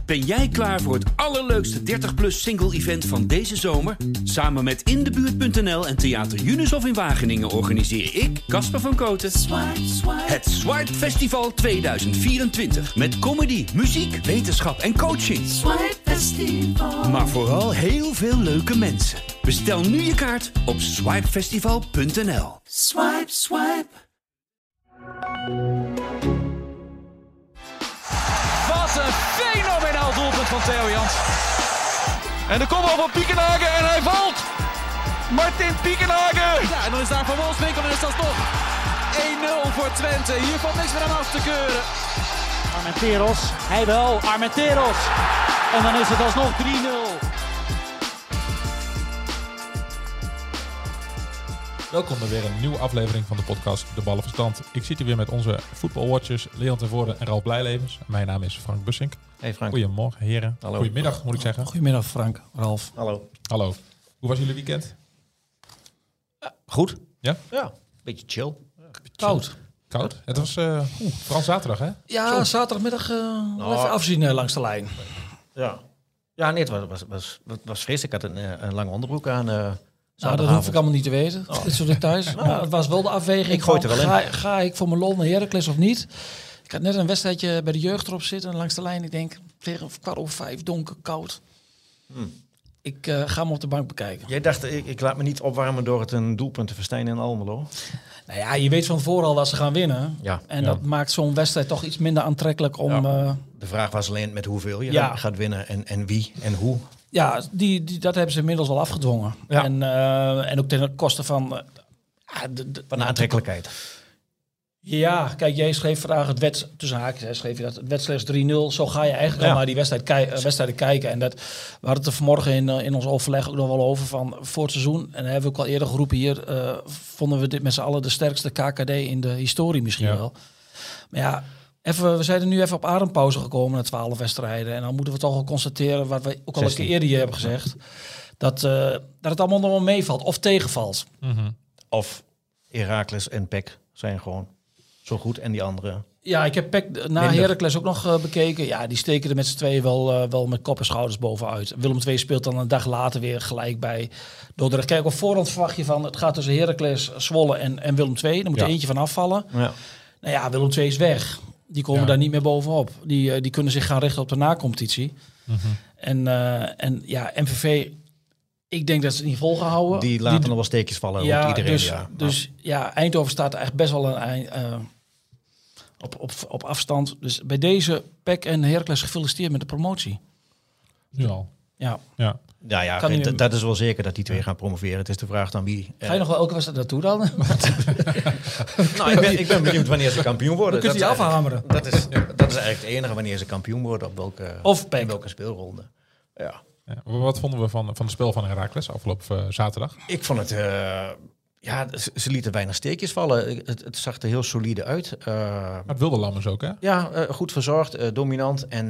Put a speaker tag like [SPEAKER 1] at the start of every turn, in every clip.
[SPEAKER 1] Ben jij klaar voor het allerleukste 30-plus single-event van deze zomer? Samen met Indebuurt.nl en Theater Junushof in Wageningen organiseer ik, Casper van Kooten, het Swipe Festival 2024. Met comedy, muziek, wetenschap en coaching.
[SPEAKER 2] Swipe Festival.
[SPEAKER 1] Maar vooral heel veel leuke mensen. Bestel nu je kaart op swipefestival.nl.
[SPEAKER 2] Swipe, swipe.
[SPEAKER 3] Wat een fenomenaal doelpunt van Theo Jans. En de kopbal van Piekenhagen en hij valt. Martin Piekenhagen. Ja, en dan is daar Van Wolfswinkel en is dat nog 1-0 voor Twente. Hier valt niks meer aan af te keuren.
[SPEAKER 4] Armenteros, hij wel, Armenteros. En dan is het alsnog 3-0.
[SPEAKER 5] Welkom bij weer een nieuwe aflevering van de podcast De Ballenverstand. Ik zit hier weer met onze voetbalwatchers Leon ten Voorde en Ralf Blijlevens. Mijn naam is Frank Bussink.
[SPEAKER 6] Hey Frank.
[SPEAKER 5] Goedemorgen heren.
[SPEAKER 6] Hallo.
[SPEAKER 5] Goedemiddag moet ik zeggen.
[SPEAKER 4] Goedemiddag Frank, Ralf.
[SPEAKER 6] Hallo.
[SPEAKER 5] Hallo. Hoe was jullie weekend?
[SPEAKER 6] Goed?
[SPEAKER 5] Ja?
[SPEAKER 6] Ja, beetje chill.
[SPEAKER 4] Koud.
[SPEAKER 5] Koud? Het was vooral zaterdag hè?
[SPEAKER 4] Ja, zaterdagmiddag even afzien langs de lijn.
[SPEAKER 6] Ja. Ja, nee, het was vreselijk. Ik had een lange onderbroek aan.
[SPEAKER 4] Nou, dat hoef ik allemaal niet te weten. Dit soort details. Maar het was wel de afweging.
[SPEAKER 6] Ik gooi het er wel in.
[SPEAKER 4] Ga ik voor mijn lol naar Heracles of niet? Ik had net een wedstrijdje bij de jeugd erop zitten langs de lijn. Ik denk tegen 4:15 donker, koud. Ik ga hem op de bank bekijken.
[SPEAKER 6] Jij dacht, ik laat me niet opwarmen door het een doelpunt te verstijnen in Almelo.
[SPEAKER 4] Nou ja, je weet van tevoren al dat ze gaan winnen.
[SPEAKER 6] Ja.
[SPEAKER 4] En dat maakt zo'n wedstrijd toch iets minder aantrekkelijk om...
[SPEAKER 6] De vraag was alleen met hoeveel je gaat winnen en wie en hoe.
[SPEAKER 4] Ja, dat hebben ze inmiddels al afgedwongen.
[SPEAKER 6] Ja.
[SPEAKER 4] En ook ten koste van...
[SPEAKER 6] Van de aantrekkelijkheid.
[SPEAKER 4] Ja, kijk, jij schreef vandaag tussen haakjes, schreef je dat het werd slechts 3-0. Zo ga je eigenlijk al naar die wedstrijden kijken. En we hadden het er vanmorgen in ons overleg ook nog wel over van voor het seizoen. En dat hebben we ook al eerder geroepen hier. Vonden we dit met z'n allen de sterkste KKD in de historie misschien wel. Maar ja, we zijn er nu even op adempauze gekomen na 12 wedstrijden. En dan moeten we toch wel constateren, wat we ook al een keer eerder hier hebben gezegd, dat het allemaal nog wel meevalt of tegenvalt.
[SPEAKER 5] Mm-hmm.
[SPEAKER 6] Of Heracles en PEC zijn gewoon zo goed en die andere...
[SPEAKER 4] Ja, ik heb PEC na Heracles ook nog bekeken. Ja, die steken er met z'n tweeën wel met kop en schouders bovenuit. Willem II speelt dan een dag later weer gelijk bij Dordrecht. Kijk, op voorhand verwacht je van het gaat tussen Heracles, Zwolle en Willem II. Dan moet er eentje van afvallen. Ja. Nou ja, Willem II is weg. Die komen daar niet meer bovenop. Die kunnen zich gaan richten op de na-competitie. Mm-hmm. En MVV... Ik denk dat ze het niet volgehouden.
[SPEAKER 6] Die laten nog wel steekjes vallen. Ja, iedereen,
[SPEAKER 4] dus Eindhoven staat er echt best wel op afstand. Dus bij deze PEC en Heracles gefeliciteerd met de promotie.
[SPEAKER 5] Ja.
[SPEAKER 6] Dat is wel zeker dat die twee gaan promoveren. Het is de vraag dan wie.
[SPEAKER 4] Ga je nog wel elke wedstrijd naartoe dan?
[SPEAKER 6] Ik ben benieuwd wanneer ze kampioen worden.
[SPEAKER 4] Dan kun je die afhameren.
[SPEAKER 6] Dat is eigenlijk het enige wanneer ze kampioen worden op welke speelronde. Ja.
[SPEAKER 5] Ja, wat vonden we van het spel van Heracles afgelopen zaterdag?
[SPEAKER 6] Ik vond het... ze lieten weinig steekjes vallen. Het zag er heel solide uit.
[SPEAKER 5] Maar het wilde Lammers ook, hè?
[SPEAKER 6] Ja, goed verzorgd, dominant. En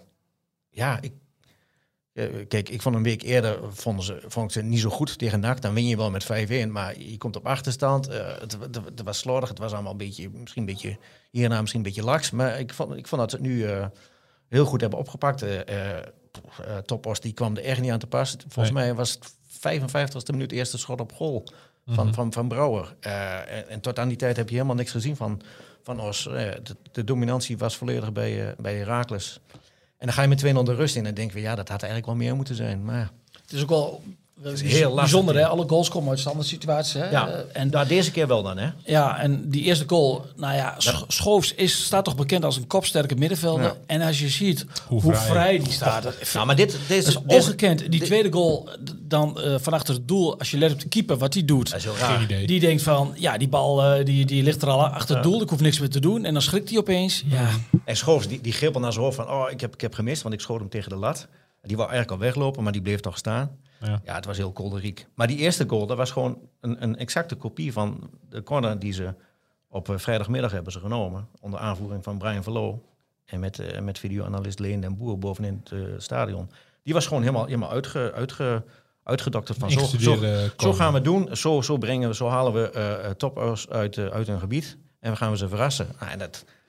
[SPEAKER 6] ik vond een week eerder vond ik ze niet zo goed tegen NAC. Dan win je wel met 5-1, maar je komt op achterstand. Het was slordig, het was allemaal misschien een beetje hierna misschien een beetje laks. Maar ik vond dat ze het nu heel goed hebben opgepakt. Topos die kwam er echt niet aan te pas. Volgens mij was het 55e minuut eerste schot op goal van Brouwer. En tot aan die tijd heb je helemaal niks gezien van Os. De dominantie was volledig bij Heracles. En dan ga je met 2-0 de rust in en denk je, ja, dat had eigenlijk wel meer moeten zijn. Maar
[SPEAKER 4] het is ook wel
[SPEAKER 6] heel
[SPEAKER 4] bijzonder, hè? Alle goals komen uit standaard situaties. Hè?
[SPEAKER 6] Ja, en deze keer wel dan, hè?
[SPEAKER 4] Ja, en die eerste goal, Schoofs staat toch bekend als een kopsterke middenvelder. Ja. En als je ziet hoe vrij die staat.
[SPEAKER 6] Maar dit
[SPEAKER 4] is ongekend. Die tweede goal, dan van achter het doel, als je let op de keeper, wat die doet.
[SPEAKER 6] Dat is heel raar.
[SPEAKER 4] Die denkt van, ja, die bal die ligt er al achter het doel. Ik hoef niks meer te doen. En dan schrikt hij opeens. Ja.
[SPEAKER 6] En Schoofs, die greep al naar zijn hoofd van, ik heb gemist, want ik schoot hem tegen de lat. Die wou eigenlijk al weglopen, maar die bleef nog staan. Ja, het was heel kolderiek. Maar die eerste goal, dat was gewoon een exacte kopie van de corner die ze op vrijdagmiddag hebben ze genomen. Onder aanvoering van Brian Verloo. En met videoanalist Leen den Boer bovenin het stadion. Die was gewoon helemaal uitgedokterd van zo gaan we doen. Zo halen we toppers uit hun gebied. En we gaan ze verrassen. En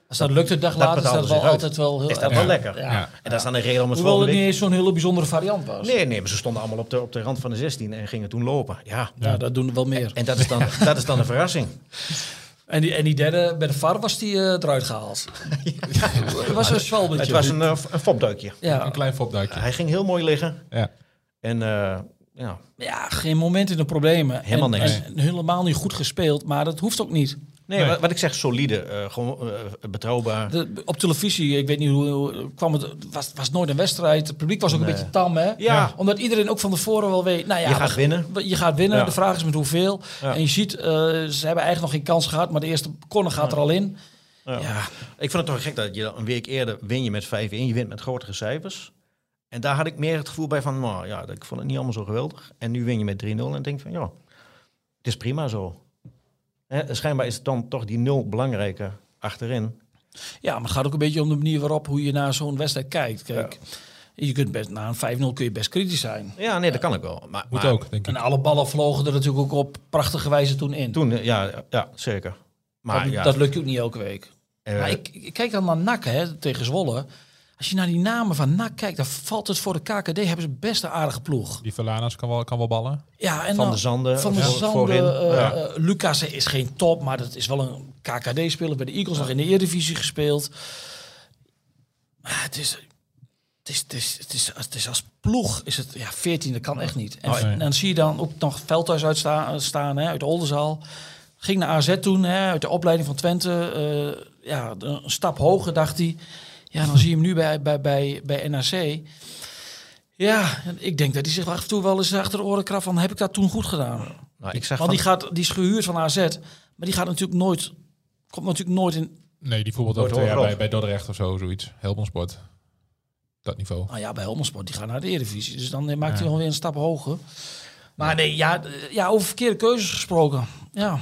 [SPEAKER 4] Als dat lukt een dag later, is dat wel altijd wel heel
[SPEAKER 6] is dat
[SPEAKER 4] erg.
[SPEAKER 6] wel lekker.
[SPEAKER 4] Ja.
[SPEAKER 6] En dat is dan een reden om het
[SPEAKER 4] Hoewel het
[SPEAKER 6] volgende
[SPEAKER 4] niet
[SPEAKER 6] week...
[SPEAKER 4] eens zo'n hele bijzondere variant was.
[SPEAKER 6] Nee, maar ze stonden allemaal op de rand van de 16 en gingen toen lopen. Ja.
[SPEAKER 4] Ja, dat doen er wel meer.
[SPEAKER 6] En dat is dan een verrassing.
[SPEAKER 4] En die derde, bij de VAR was die eruit gehaald. Het was een zwalbetje.
[SPEAKER 6] Het was een fopduikje.
[SPEAKER 4] Ja.
[SPEAKER 5] Een klein fopduikje.
[SPEAKER 6] Hij ging heel mooi liggen.
[SPEAKER 5] Ja.
[SPEAKER 6] En
[SPEAKER 4] Ja, geen moment in de problemen.
[SPEAKER 6] Helemaal niks.
[SPEAKER 4] En helemaal niet goed gespeeld, maar dat hoeft ook niet.
[SPEAKER 6] nee. Wat ik zeg, solide. Gewoon betrouwbaar.
[SPEAKER 4] Op televisie, ik weet niet hoe kwam het, was nooit een wedstrijd. Het publiek was ook een beetje tam, hè?
[SPEAKER 6] Ja.
[SPEAKER 4] Omdat iedereen ook van tevoren wel weet, nou ja,
[SPEAKER 6] Je gaat winnen.
[SPEAKER 4] Je gaat winnen.
[SPEAKER 6] Ja.
[SPEAKER 4] De vraag is met hoeveel.
[SPEAKER 6] Ja.
[SPEAKER 4] En je ziet, ze hebben eigenlijk nog geen kans gehad, maar de eerste corner gaat er al in. Ja.
[SPEAKER 6] Ik vond het toch gek dat je een week eerder win je met 5-1. Je wint met grotere cijfers. En daar had ik meer het gevoel bij van, nou ja, ik vond het niet allemaal zo geweldig. En nu win je met 3-0 en denk van, ja, het is prima zo. Schijnbaar is het dan toch die 0 belangrijker achterin.
[SPEAKER 4] Ja, maar het gaat ook een beetje om de manier waarop hoe je naar zo'n wedstrijd kijkt. Kijk, je kunt best, na een 5-0 kun je best kritisch zijn.
[SPEAKER 6] Ja, nee, dat kan ik wel.
[SPEAKER 5] Moet
[SPEAKER 6] maar
[SPEAKER 5] ook, denk ik.
[SPEAKER 4] En alle ballen vlogen er natuurlijk ook op prachtige wijze toen in.
[SPEAKER 6] Toen, ja, zeker. Maar
[SPEAKER 4] dat lukt ook niet elke week. Maar ik kijk dan naar NAC tegen Zwolle. Als je naar die namen van NAC kijkt, dan valt het voor de KKD. Hebben ze best een aardige ploeg.
[SPEAKER 5] Die Verlanas kan wel ballen.
[SPEAKER 4] Ja, en
[SPEAKER 6] Van
[SPEAKER 4] dan,
[SPEAKER 6] de Zanden.
[SPEAKER 4] Van de Zanden.
[SPEAKER 6] Voorin.
[SPEAKER 4] Lucas is geen top, maar dat is wel een KKD-speler. Bij de Eagles nog in de Eredivisie gespeeld. Maar het is als ploeg is het 14, dat kan echt niet. En dan zie je dan ook nog Veldhuis uitstaan uit Oldenzaal. Ging naar AZ toen, uit de opleiding van Twente. Een stap hoger, dacht hij. Ja, dan zie je hem nu bij NAC. Ja, ik denk dat hij zich af en toe wel eens achter de oren krabt van, heb ik dat toen goed gedaan?
[SPEAKER 6] Nou, ik zeg
[SPEAKER 4] Want die is gehuurd van AZ, maar die gaat natuurlijk komt natuurlijk nooit in...
[SPEAKER 5] Nee, die voetbalt over 2 jaar bij Dordrecht of zoiets. Helmond Sport. Dat niveau.
[SPEAKER 4] Nou ja, bij Helmond Sport, die gaat naar de Eredivisie. Dus dan maakt hij wel weer een stap hoger. Maar nee, over verkeerde keuzes gesproken. Ja.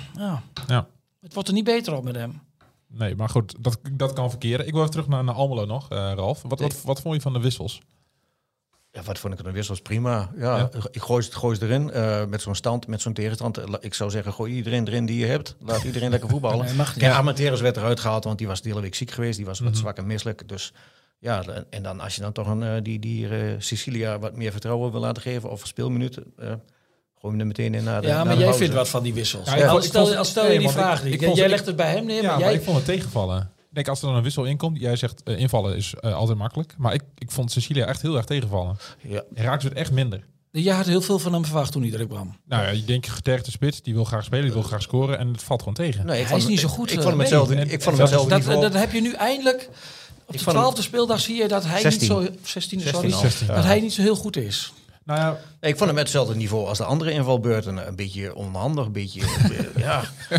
[SPEAKER 4] Het wordt er niet beter op met hem.
[SPEAKER 5] Nee, maar goed, dat kan verkeren. Ik wil even terug naar Almelo nog, Ralf. Wat vond je van de wissels?
[SPEAKER 6] Ja, wat vond ik van de wissels? Prima. Ja. Ik gooi ze erin met zo'n stand, met zo'n tegenstand. Ik zou zeggen, gooi iedereen erin die je hebt. Laat iedereen lekker voetballen.
[SPEAKER 4] Nee, mag niet.
[SPEAKER 6] Ja, Armenteros werd eruit gehaald, want die was de hele week ziek geweest. Die was wat zwak en misselijk. Dus ja, en dan als je dan toch die Cecilia wat meer vertrouwen wil laten geven of speelminuten... gooi hem er meteen in naar de
[SPEAKER 4] maar
[SPEAKER 6] naar
[SPEAKER 4] jij
[SPEAKER 6] pauze.
[SPEAKER 4] vindt wat van die wissels.
[SPEAKER 5] Ja,
[SPEAKER 4] Stel je die vraag niet. Jij legt het bij hem neer, maar
[SPEAKER 5] maar ik vond het tegenvallen. Ik denk, als er dan een wissel inkomt, jij zegt invallen is altijd makkelijk. Maar ik vond Cecilia echt heel erg tegenvallen.
[SPEAKER 6] Ja.
[SPEAKER 5] Hij raakte het echt minder.
[SPEAKER 4] Je had heel veel van hem verwacht toen hij erin kwam.
[SPEAKER 5] Nou ja, je denkt getergde spits, die wil graag spelen, die wil graag scoren en het valt gewoon tegen.
[SPEAKER 6] Nee,
[SPEAKER 4] Hij is niet zo goed.
[SPEAKER 6] Ik vond hem hetzelfde.
[SPEAKER 5] nee.
[SPEAKER 6] Ik vond hem hetzelfde niveau.
[SPEAKER 4] Dat heb je nu eindelijk... Op de 12e speeldag zie je dat hij
[SPEAKER 6] 16.
[SPEAKER 4] niet zo...
[SPEAKER 5] 16.
[SPEAKER 4] Dat hij niet zo heel goed is.
[SPEAKER 5] Nou ja,
[SPEAKER 6] Nee, ik vond hem hetzelfde niveau als de andere invalbeurten. Een beetje onhandig, een beetje... ja.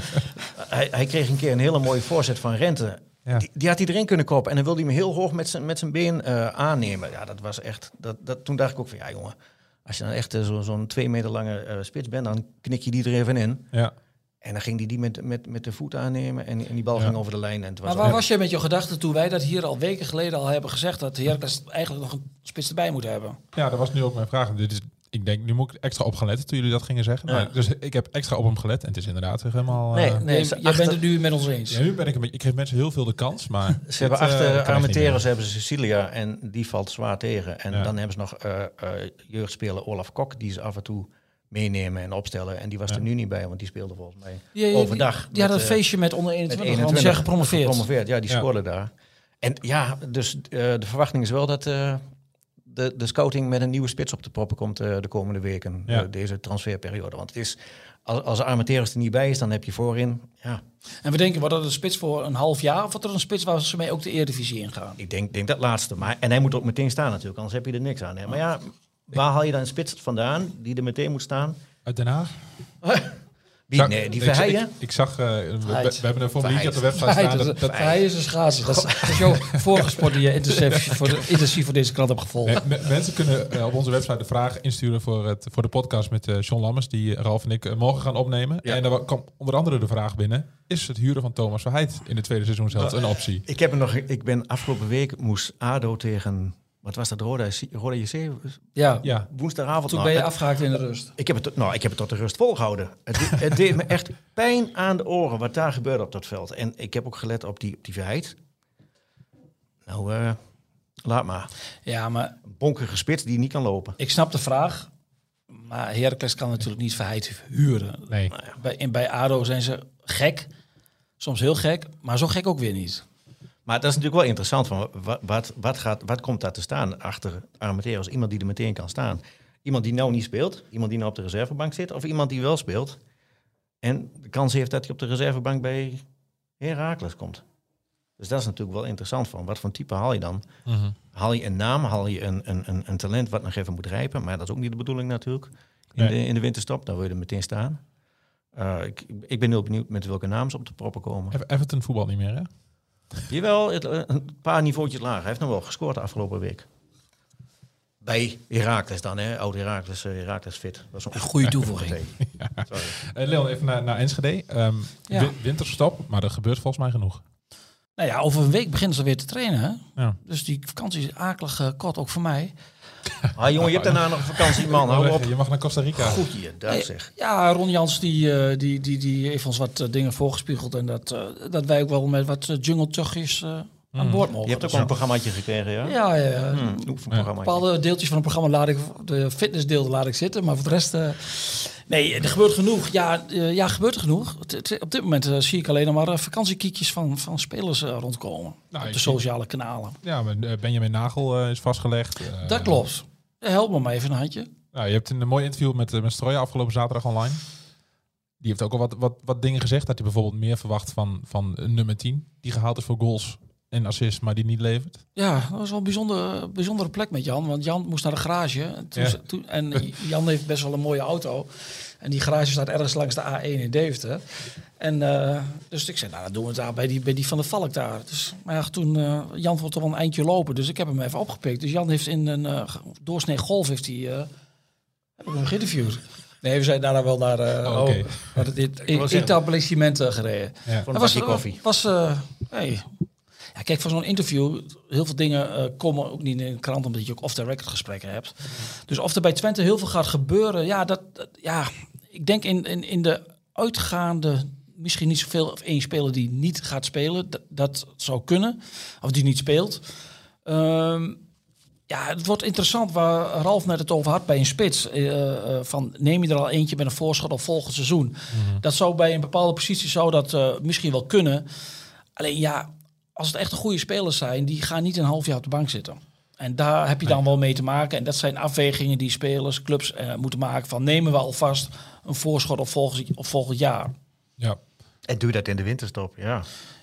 [SPEAKER 6] Hij kreeg een keer een hele mooie voorzet van Rente.
[SPEAKER 5] Ja.
[SPEAKER 6] Die had hij erin kunnen koppen. En dan wilde hij hem heel hoog met zijn been aannemen. Ja, dat was echt... Toen dacht ik ook van, ja jongen... Als je dan echt zo'n 2 meter lange spits bent, dan knik je die er even in.
[SPEAKER 5] ja.
[SPEAKER 6] En dan ging hij die met de voet aannemen en die bal ging over de lijn. En het was
[SPEAKER 4] Maar waar was je met je gedachten toen wij dat hier al weken geleden al hebben gezegd... dat Heracles eigenlijk nog een spits erbij moet hebben?
[SPEAKER 5] Ja, dat was nu ook mijn vraag. Ik denk, nu moet ik extra op gaan letten toen jullie dat gingen zeggen.
[SPEAKER 6] Ja.
[SPEAKER 5] Maar, dus ik heb extra op hem gelet en het is inderdaad helemaal...
[SPEAKER 6] Nee,
[SPEAKER 4] Jij bent het nu met ons eens.
[SPEAKER 5] Ja, nu ben ik een beetje... Ik geef mensen heel veel de kans, maar...
[SPEAKER 6] Ze hebben achter Armenteros hebben ze Cecilia en die valt zwaar tegen. En dan hebben ze nog jeugdspeler Olaf Kok, die ze af en toe meenemen en opstellen. En die was er nu niet bij, want die speelde volgens mij overdag.
[SPEAKER 4] Die had een feestje met onder 21, want ze zijn gepromoveerd.
[SPEAKER 6] Ja, die scoorde daar. En ja, dus de verwachting is wel dat de scouting met een nieuwe spits op de proppen komt de komende weken.
[SPEAKER 5] Ja.
[SPEAKER 6] Deze transferperiode. Want het is, als Armenteros er niet bij is, dan heb je voorin... Ja,
[SPEAKER 4] En we denken, wordt dat een spits voor een half jaar... of wordt er een spits waar ze mee ook de Eredivisie ingaan?
[SPEAKER 6] ik denk dat laatste. En hij moet ook meteen staan natuurlijk, anders heb je er niks aan. Hè. Maar ja, waar haal je dan een spits vandaan die er meteen moet staan?
[SPEAKER 5] Uit Den Haag?
[SPEAKER 6] Die Verheijen?
[SPEAKER 5] Ik zag, we hebben er voor een weekje op de website staan.
[SPEAKER 4] Hij is een schaatser. Dat is jouw vorige sport die je intensief voor deze krant hebt gevolgd.
[SPEAKER 5] Mensen kunnen op onze website de vraag insturen voor de podcast met John Lammers, die Ralf en ik morgen gaan opnemen. Ja. En daar kwam onder andere de vraag binnen: is het huren van Thomas Verheid in de tweede seizoen zelfs een optie?
[SPEAKER 6] Ik ben afgelopen week moest ADO tegen... Wat was dat? Roda JC?
[SPEAKER 4] Ja.
[SPEAKER 6] Woensdagavond.
[SPEAKER 4] Toen ben je afgehaakt in de rust.
[SPEAKER 6] Ik heb het tot de rust volgehouden. Het deed me echt pijn aan de oren wat daar gebeurde op dat veld. En ik heb ook gelet op die Verheid. Nou, laat maar.
[SPEAKER 4] Ja, maar
[SPEAKER 6] Een bonkige spits die niet kan lopen.
[SPEAKER 4] ik snap de vraag. Maar Heracles kan natuurlijk niet Verheid huren.
[SPEAKER 5] Nee.
[SPEAKER 4] Bij ADO zijn ze gek. Soms heel gek, maar zo gek ook weer niet.
[SPEAKER 6] Maar dat is natuurlijk wel interessant. Van wat komt daar te staan achter Armenteros? Iemand die er meteen kan staan. Iemand die nou niet speelt. Iemand die nou op de reservebank zit. Of iemand die wel speelt. En de kans heeft dat hij op de reservebank bij Heracles komt. Dus dat is natuurlijk wel interessant. Van wat voor type haal je dan?
[SPEAKER 5] Mhm.
[SPEAKER 6] Haal je een naam? Haal je een talent wat nog even moet rijpen? Maar dat is ook niet de bedoeling natuurlijk. In de winterstop, dan wil je er meteen staan. Ik ben heel benieuwd met welke namen ze op de proppen komen.
[SPEAKER 5] Everton voetbal niet meer, hè?
[SPEAKER 6] Jawel, een paar niveautjes lager. Hij heeft nog wel gescoord de afgelopen week. Bij Heracles dan, hè? Oud Heracles fit. Dat was
[SPEAKER 4] Een goede toevoeging.
[SPEAKER 6] Sorry.
[SPEAKER 5] Leon, even naar Enschede. Winterstop, maar er gebeurt volgens mij genoeg.
[SPEAKER 4] Nou ja, over een week beginnen ze weer te trainen. Hè?
[SPEAKER 5] Ja.
[SPEAKER 4] Dus die vakantie is akelig kort, ook voor mij.
[SPEAKER 6] Ah, jongen, je hebt daarna nog een vakantie, man. Hou op.
[SPEAKER 5] Je mag naar Costa Rica.
[SPEAKER 6] Goed hier, daar zeg.
[SPEAKER 4] Ja, Ron Jans die heeft ons wat dingen voorgespiegeld. En dat wij ook wel met wat jungle-tugjes aan boord mogen.
[SPEAKER 6] Je hebt ook wel een programmaatje gekregen, ja?
[SPEAKER 4] Ja.
[SPEAKER 6] Oefenprogramma.
[SPEAKER 4] Bepaalde deeltjes van het programma de fitnessdeel laat ik zitten. Maar voor de rest... nee, er gebeurt genoeg. Ja, gebeurt er genoeg. Op dit moment zie ik alleen nog maar vakantiekiekjes van spelers rondkomen.
[SPEAKER 5] Nou,
[SPEAKER 4] op de sociale kanalen.
[SPEAKER 5] Ja, maar Benjamin Nagel is vastgelegd.
[SPEAKER 4] Dat klopt. Help me maar even een handje.
[SPEAKER 5] Nou, je hebt een mooi interview met Strooijen afgelopen zaterdag online. Die heeft ook al wat dingen gezegd. Dat hij bijvoorbeeld meer verwacht van een nummer 10. Die gehaald is voor goals en assists, maar die niet levert.
[SPEAKER 4] Ja, dat was wel een bijzondere plek met Jan. Want Jan moest naar de garage. En Jan heeft best wel een mooie auto. En die garage staat ergens langs de A1 in Deventer. En dus ik zei, nou, dan doen we het daar bij die van de Valk daar. Dus, maar ja, toen, Jan vond toch wel een eindje lopen. Dus ik heb hem even opgepikt. Dus Jan heeft in een doorsnee golf heb ik hem geïnterviewd. Nee, we zijn daarna wel naar het etablissement gereden.
[SPEAKER 5] Ja.
[SPEAKER 6] Voor een bakje koffie.
[SPEAKER 4] Hey. Ja, kijk, van zo'n interview, heel veel dingen komen ook niet in de krant, omdat je ook off-the-record gesprekken hebt. Dus of er bij Twente heel veel gaat gebeuren, ik denk in de uitgaande, misschien niet zoveel of één speler die niet gaat spelen, dat zou kunnen, of die niet speelt. Het wordt interessant waar Ralf net het over had bij een spits. Van neem je er al eentje met een voorschot op volgend seizoen. Mm-hmm. Dat zou bij een bepaalde positie misschien wel kunnen. Alleen ja, als het echt een goede spelers zijn, die gaan niet een half jaar op de bank zitten. En daar heb je dan wel mee te maken. En dat zijn afwegingen die spelers, clubs moeten maken. Van nemen we alvast een voorschot op volgend jaar.
[SPEAKER 5] Ja.
[SPEAKER 6] En doe je dat in de winterstop, ja.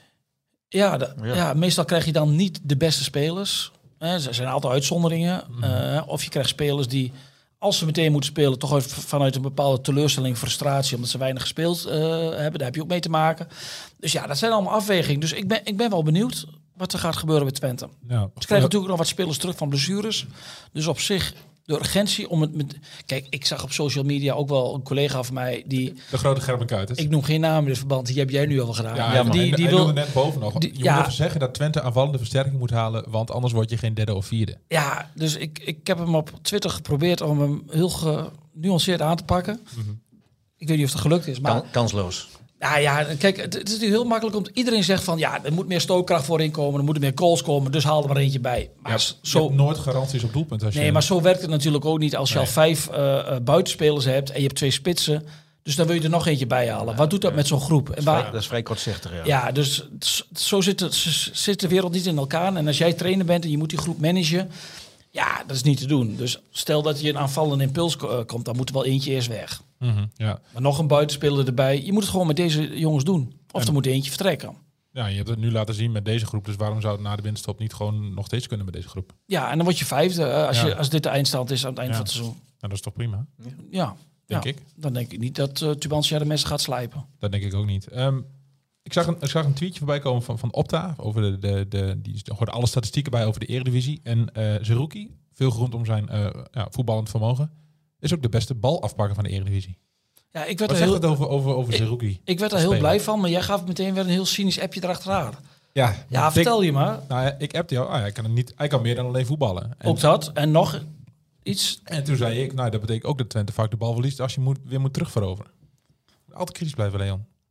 [SPEAKER 4] Ja, meestal krijg je dan niet de beste spelers. Er zijn altijd uitzonderingen. Of je krijgt spelers die, als ze meteen moeten spelen, toch vanuit een bepaalde teleurstelling, frustratie, omdat ze weinig gespeeld hebben. Daar heb je ook mee te maken. Dus ja, dat zijn allemaal afwegingen. Dus ik ben wel benieuwd wat er gaat gebeuren met Twente.
[SPEAKER 5] Ja.
[SPEAKER 4] Ze krijgen natuurlijk nog wat spelers terug van blessures. Dus op zich de urgentie om het met... Kijk, ik zag op social media ook wel een collega van mij die...
[SPEAKER 5] De grote Gerben Kuyters.
[SPEAKER 4] Ik noem geen naam in dit verband. Die heb jij nu al gedaan.
[SPEAKER 5] Ja, maar die wil net boven nog. Je moet even zeggen dat Twente aanvallende versterking moet halen, want anders word je geen derde of vierde. Ja,
[SPEAKER 4] dus ik heb hem op Twitter geprobeerd om hem heel genuanceerd aan te pakken. Mm-hmm. Ik weet niet of het gelukt is, maar...
[SPEAKER 6] Kansloos.
[SPEAKER 4] Ja, kijk, het is natuurlijk heel makkelijk om... Iedereen zegt van, ja, er moet meer stookkracht voorin komen, er moeten meer goals komen, dus haal er maar eentje bij. Maar
[SPEAKER 5] je hebt nooit garanties op doelpunt.
[SPEAKER 4] Maar zo werkt het natuurlijk ook niet als je al 5 buitenspelers hebt en je hebt 2 spitsen. Dus dan wil je er nog eentje bij halen. Wat doet dat met zo'n groep?
[SPEAKER 6] Dat is vrij kortzichtig, ja.
[SPEAKER 4] Ja, dus zo zit de wereld niet in elkaar. En als jij trainer bent en je moet die groep managen, ja, dat is niet te doen. Dus stel dat je een aanvallende impuls komt, dan moet er wel eentje eerst weg.
[SPEAKER 5] Mm-hmm, ja.
[SPEAKER 4] Maar nog een buitenspeler erbij. Je moet het gewoon met deze jongens doen. Of er moet eentje vertrekken.
[SPEAKER 5] Ja, je hebt het nu laten zien met deze groep. Dus waarom zou het na de winterstop niet gewoon nog steeds kunnen met deze groep?
[SPEAKER 4] Ja, en dan word je 5e als dit de eindstand is aan het eind van het seizoen.
[SPEAKER 5] Nou, dat is toch prima?
[SPEAKER 4] Ja.
[SPEAKER 5] Denk ik.
[SPEAKER 4] Dan denk ik niet dat Tubantia de mensen gaat slijpen.
[SPEAKER 5] Dat denk ik ook niet. Ik zag een tweetje voorbij komen van Opta. Over die hoorde alle statistieken bij over de Eredivisie. En Zerouki, veel grond om zijn voetballend vermogen, is ook de beste balafpakker van de Eredivisie.
[SPEAKER 4] Ja, ik werd
[SPEAKER 5] Wat zegt het over Zerouki?
[SPEAKER 4] Ik werd er heel blij van, maar jij gaf meteen weer een heel cynisch appje erachteraan.
[SPEAKER 5] Ja,
[SPEAKER 4] vertel je maar.
[SPEAKER 5] Nou ja, ik appte jou, hij kan meer dan alleen voetballen.
[SPEAKER 4] Ook dat, en nog iets.
[SPEAKER 5] En toen zei ik, dat betekent ook dat Twente vaak de bal verliest als je weer moet terugveroveren. Altijd kritisch blijven, Leon.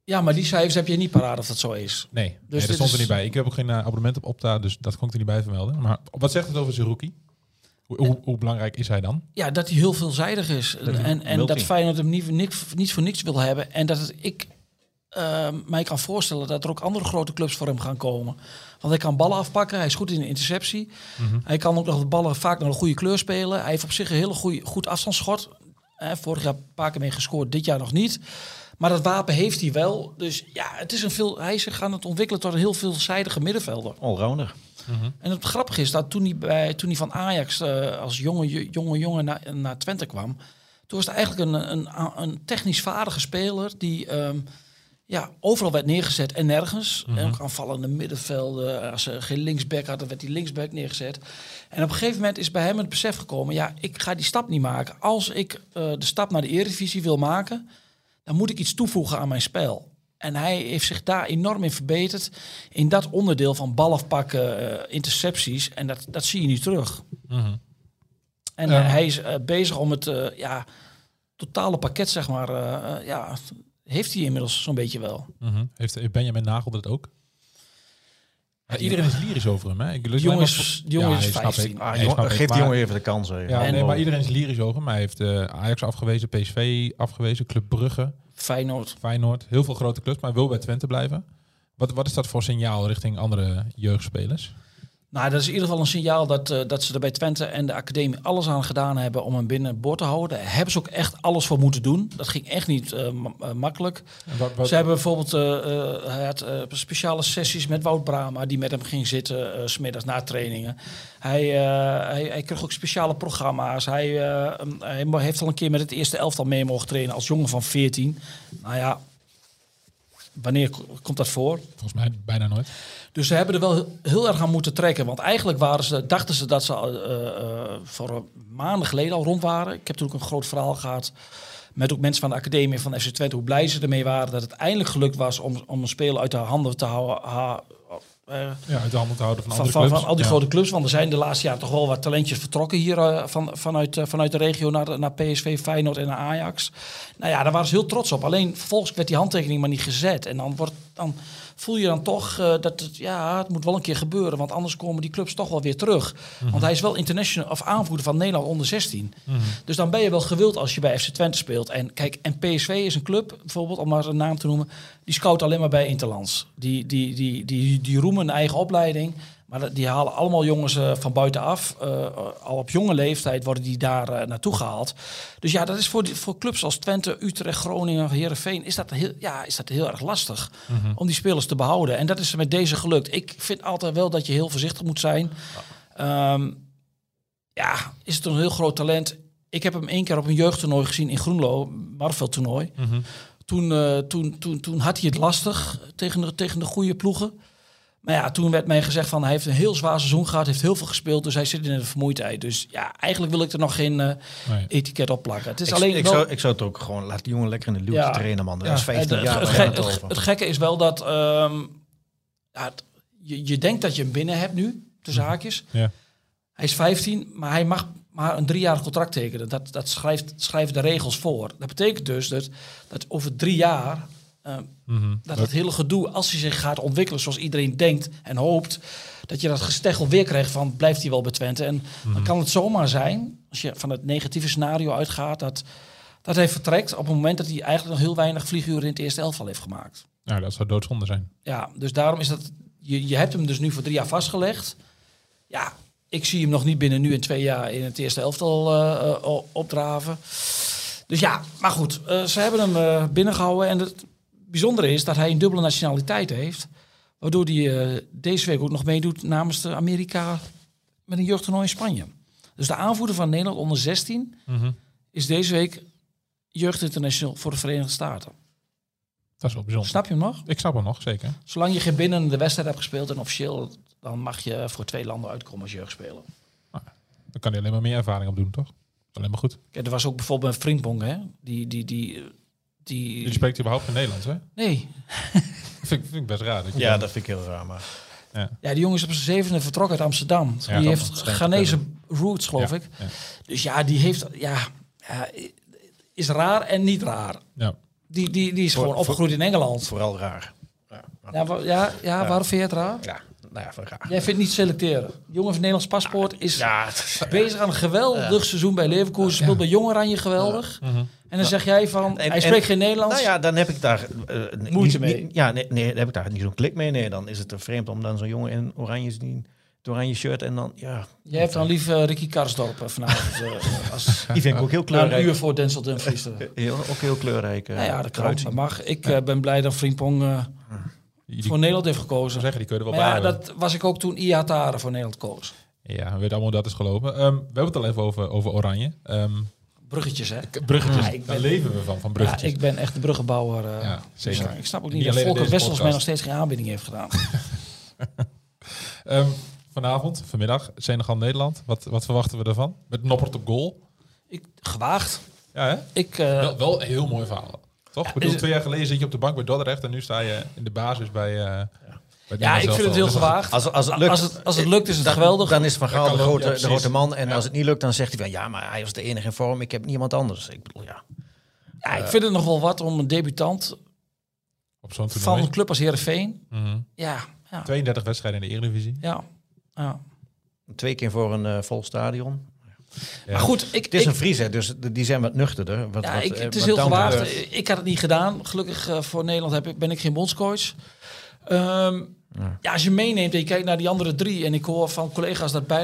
[SPEAKER 4] Ja, maar die cijfers heb je niet paraat of dat zo is.
[SPEAKER 5] Nee,
[SPEAKER 4] Dus
[SPEAKER 5] dat stond er niet bij. Ik heb ook geen abonnement op Opta, dus dat kon ik er niet bij vermelden. Maar wat zegt het over Zerouki? Hoe belangrijk is hij dan?
[SPEAKER 4] Ja, dat hij heel veelzijdig is. En dat Feyenoord hem niet voor niks wil hebben. En dat ik mij kan voorstellen dat er ook andere grote clubs voor hem gaan komen. Want hij kan ballen afpakken, hij is goed in de interceptie. Hij kan ook nog de ballen vaak naar een goede kleur spelen. Hij heeft op zich een hele goed afstandsschot. Vorig jaar een paar keer mee gescoord, dit jaar nog niet. Maar dat wapen heeft hij wel. Dus ja, hij is zich aan het ontwikkelen tot een heel veelzijdige middenvelder.
[SPEAKER 6] Allrounder.
[SPEAKER 4] En het grappige is dat toen hij van Ajax als jonge naar Twente kwam, toen was het eigenlijk een technisch vaardige speler die overal werd neergezet en nergens. En ook aanvallende middenvelden. Als ze geen linksback hadden, werd hij linksback neergezet. En op een gegeven moment is bij hem het besef gekomen, ja, ik ga die stap niet maken. Als ik de stap naar de Eredivisie wil maken, dan moet ik iets toevoegen aan mijn spel. En hij heeft zich daar enorm in verbeterd. In dat onderdeel van bal afpakken, intercepties. En dat zie je nu terug. En hij is bezig om het totale pakket, zeg maar... heeft hij inmiddels zo'n beetje wel.
[SPEAKER 5] Heeft Benjamin Nagel dat ook? Ja, iedereen is lyrisch over hem. Hè?
[SPEAKER 4] Die jongen is 15.
[SPEAKER 6] Geef die jongen even de kans.
[SPEAKER 5] Maar iedereen is lyrisch over hem. Hij heeft Ajax afgewezen, PSV afgewezen, Club Brugge. Feyenoord. Heel veel grote clubs, maar hij wil bij Twente blijven. Wat is dat voor signaal richting andere jeugdspelers?
[SPEAKER 4] Nou, dat is in ieder geval een signaal dat ze er bij Twente en de academie alles aan gedaan hebben om hem binnen boord te houden. Daar hebben ze ook echt alles voor moeten doen. Dat ging echt niet makkelijk. Ze hebben bijvoorbeeld hij had speciale sessies met Wout Brama die met hem ging zitten 's middags na trainingen. Hij kreeg ook speciale programma's. Hij heeft al een keer met het eerste elftal mee mogen trainen als jongen van 14. Nou ja, wanneer komt dat voor?
[SPEAKER 5] Volgens mij bijna nooit.
[SPEAKER 4] Dus ze hebben er wel heel erg aan moeten trekken. Want eigenlijk dachten ze dat ze voor maanden geleden al rond waren. Ik heb toen ook een groot verhaal gehad met ook mensen van de academie van FC Twente. Hoe blij ze ermee waren dat het eindelijk gelukt was om een speler uit de handen te houden.
[SPEAKER 5] Uit de handen te houden van andere clubs.
[SPEAKER 4] Van al die grote clubs. Want er zijn de laatste jaren toch wel wat talentjes vertrokken hier vanuit de regio naar PSV, Feyenoord en naar Ajax. Nou ja, daar waren ze heel trots op. Alleen vervolgens werd die handtekening maar niet gezet. En dan voel je dan toch dat het moet wel een keer gebeuren. Want anders komen die clubs toch wel weer terug. Want hij is wel international of aanvoerder van Nederland onder 16. Dus dan ben je wel gewild als je bij FC Twente speelt. En kijk, en PSV is een club, bijvoorbeeld, om maar een naam te noemen, die scout alleen maar bij Interlands. Die roemen een eigen opleiding. Maar die halen allemaal jongens van buitenaf. Al op jonge leeftijd worden die daar naartoe gehaald. Dus ja, dat is voor clubs als Twente, Utrecht, Groningen, Heerenveen... is dat heel erg lastig om die spelers te behouden. En dat is met deze gelukt. Ik vind altijd wel dat je heel voorzichtig moet zijn. Is het een heel groot talent? Ik heb hem 1 keer op een jeugdtoernooi gezien in Groenlo. Marveld toernooi. Toen had hij het lastig tegen de goede ploegen. Maar ja, toen werd mij gezegd van hij heeft een heel zwaar seizoen gehad, heeft heel veel gespeeld, dus hij zit in de vermoeidheid. Dus ja, eigenlijk wil ik er nog geen etiket op plakken. Het is
[SPEAKER 6] ik zou het ook gewoon, laat die jongen lekker in de luwte trainen, man. Dat is 15 jaar.
[SPEAKER 4] Het gekke is wel dat je denkt dat je hem binnen hebt nu, tussen haakjes. Ja. Hij is 15, maar hij mag maar een 3-jarig contract tekenen. Dat schrijven de regels voor. Dat betekent dus dat over 3 jaar... dat het hele gedoe, als hij zich gaat ontwikkelen zoals iedereen denkt en hoopt, dat je dat gesteggel weer krijgt van blijft hij wel bij Twente. En dan kan het zomaar zijn, als je van het negatieve scenario uitgaat, dat hij vertrekt op het moment dat hij eigenlijk nog heel weinig vlieguren in het eerste elftal heeft gemaakt.
[SPEAKER 5] Nou, dat zou doodzonde zijn.
[SPEAKER 4] Ja, dus daarom is dat, je hebt hem dus nu voor 3 jaar vastgelegd. Ja, ik zie hem nog niet binnen nu en 2 jaar in het eerste elftal opdraven. Dus ja, maar goed, ze hebben hem binnengehouden en het bijzondere is dat hij een dubbele nationaliteit heeft, waardoor hij deze week ook nog meedoet namens de Amerika met een jeugdtoernooi in Spanje. Dus de aanvoerder van Nederland onder 16 is deze week jeugdinternational voor de Verenigde Staten.
[SPEAKER 5] Dat is wel bijzonder.
[SPEAKER 4] Snap je hem nog?
[SPEAKER 5] Ik snap hem nog, zeker.
[SPEAKER 4] Zolang je geen binnen de wedstrijd hebt gespeeld en officieel, dan mag je voor 2 landen uitkomen als jeugdspeler.
[SPEAKER 5] Nou, dan kan hij alleen maar meer ervaring op doen, toch? Dat is alleen maar goed.
[SPEAKER 4] Kijk, er was ook bijvoorbeeld een Frimpong, hè?
[SPEAKER 5] Die spreekt überhaupt geen Nederlands, hè?
[SPEAKER 4] Nee.
[SPEAKER 5] vind ik best raar.
[SPEAKER 6] Dat vind ik heel raar, maar...
[SPEAKER 4] Ja, die jongen is op zijn 7e vertrokken uit Amsterdam. Die heeft Ghanese roots, geloof ik. Ja. Dus ja, die heeft... is raar en niet raar.
[SPEAKER 5] Ja.
[SPEAKER 4] Die is gewoon opgegroeid in Engeland.
[SPEAKER 6] Vooral raar.
[SPEAKER 4] Waarom vind je het raar?
[SPEAKER 6] Ja, nou ja, van raar.
[SPEAKER 4] Jij vindt niet selecteren. Jongen van Nederlands paspoort is
[SPEAKER 6] Ja,
[SPEAKER 4] bezig aan een geweldig seizoen bij Leverkusen. Speelt bij Jong Oranje geweldig. En dan zeg jij van, hij spreekt geen Nederlands.
[SPEAKER 6] Nou ja, dan heb ik daar
[SPEAKER 4] moeite mee.
[SPEAKER 6] Dan heb ik daar niet zo'n klik mee. Nee, dan is het vreemd om dan zo'n jongen in het oranje shirt en dan, ja.
[SPEAKER 4] Jij hebt dan lief Ricky Karsdorp vanavond.
[SPEAKER 6] Die vind ik ook heel
[SPEAKER 4] Na
[SPEAKER 6] kleurrijk.
[SPEAKER 4] een uur voor Denzel Dumfries.
[SPEAKER 6] Ook heel kleurrijk.
[SPEAKER 4] Dat kan. Dat mag. Ik ben blij dat Frimpong voor Nederland heeft gekozen.
[SPEAKER 5] Zeggen, die kun je er wel
[SPEAKER 4] Maar
[SPEAKER 5] bij
[SPEAKER 4] ja,
[SPEAKER 5] hebben.
[SPEAKER 4] dat was ik ook toen Ihatare voor Nederland koos.
[SPEAKER 5] Ja, we weten allemaal dat is gelopen. We hebben het al even over Oranje.
[SPEAKER 4] Bruggetjes, hè?
[SPEAKER 5] Bruggetjes,
[SPEAKER 4] Ja,
[SPEAKER 5] daar leven we van
[SPEAKER 4] Ja,
[SPEAKER 5] bruggetjes.
[SPEAKER 4] ik ben echt de bruggenbouwer.
[SPEAKER 5] zeker.
[SPEAKER 4] Ik snap ook
[SPEAKER 5] Niet
[SPEAKER 4] niet dat
[SPEAKER 5] alleen in
[SPEAKER 4] Volker
[SPEAKER 5] deze
[SPEAKER 4] Wessels mij
[SPEAKER 5] podcast.
[SPEAKER 4] nog steeds geen aanbieding heeft gedaan.
[SPEAKER 5] Vanmiddag, Senegal-Nederland. Wat verwachten we ervan? Met Noppert op goal.
[SPEAKER 4] Gewaagd.
[SPEAKER 5] Ja, hè? Wel een heel mooi verhaal. Toch? Ik bedoel, 2 jaar geleden zit je op de bank bij Dordrecht en nu sta je in de basis bij...
[SPEAKER 4] Ja, ik vind het heel gewaagd.
[SPEAKER 6] Als het
[SPEAKER 4] lukt, is het geweldig.
[SPEAKER 6] Dan is Van Gaal
[SPEAKER 5] kan
[SPEAKER 6] de
[SPEAKER 5] ook,
[SPEAKER 6] grote man. En als het niet lukt, dan zegt hij van... Ja, maar hij was de enige in vorm. Ik heb niemand anders. Ik bedoel, ja.
[SPEAKER 4] Ja, ik vind het nog wel wat om een debutant
[SPEAKER 5] op zo'n
[SPEAKER 4] van
[SPEAKER 5] toernooi.
[SPEAKER 4] een club als Heerenveen.
[SPEAKER 5] Mhm.
[SPEAKER 4] Ja.
[SPEAKER 5] 32 wedstrijden in de Eredivisie.
[SPEAKER 4] Ja.
[SPEAKER 6] 2 keer voor een vol stadion.
[SPEAKER 5] Ja.
[SPEAKER 4] Maar goed,
[SPEAKER 6] Het is een Fries, hè, dus die zijn wat nuchterder.
[SPEAKER 4] Het is heel gewaagd. Ik had het niet gedaan. Gelukkig voor Nederland ben ik geen bondscoach. Als je meeneemt en je kijkt naar die andere 3... en ik hoor van collega's dat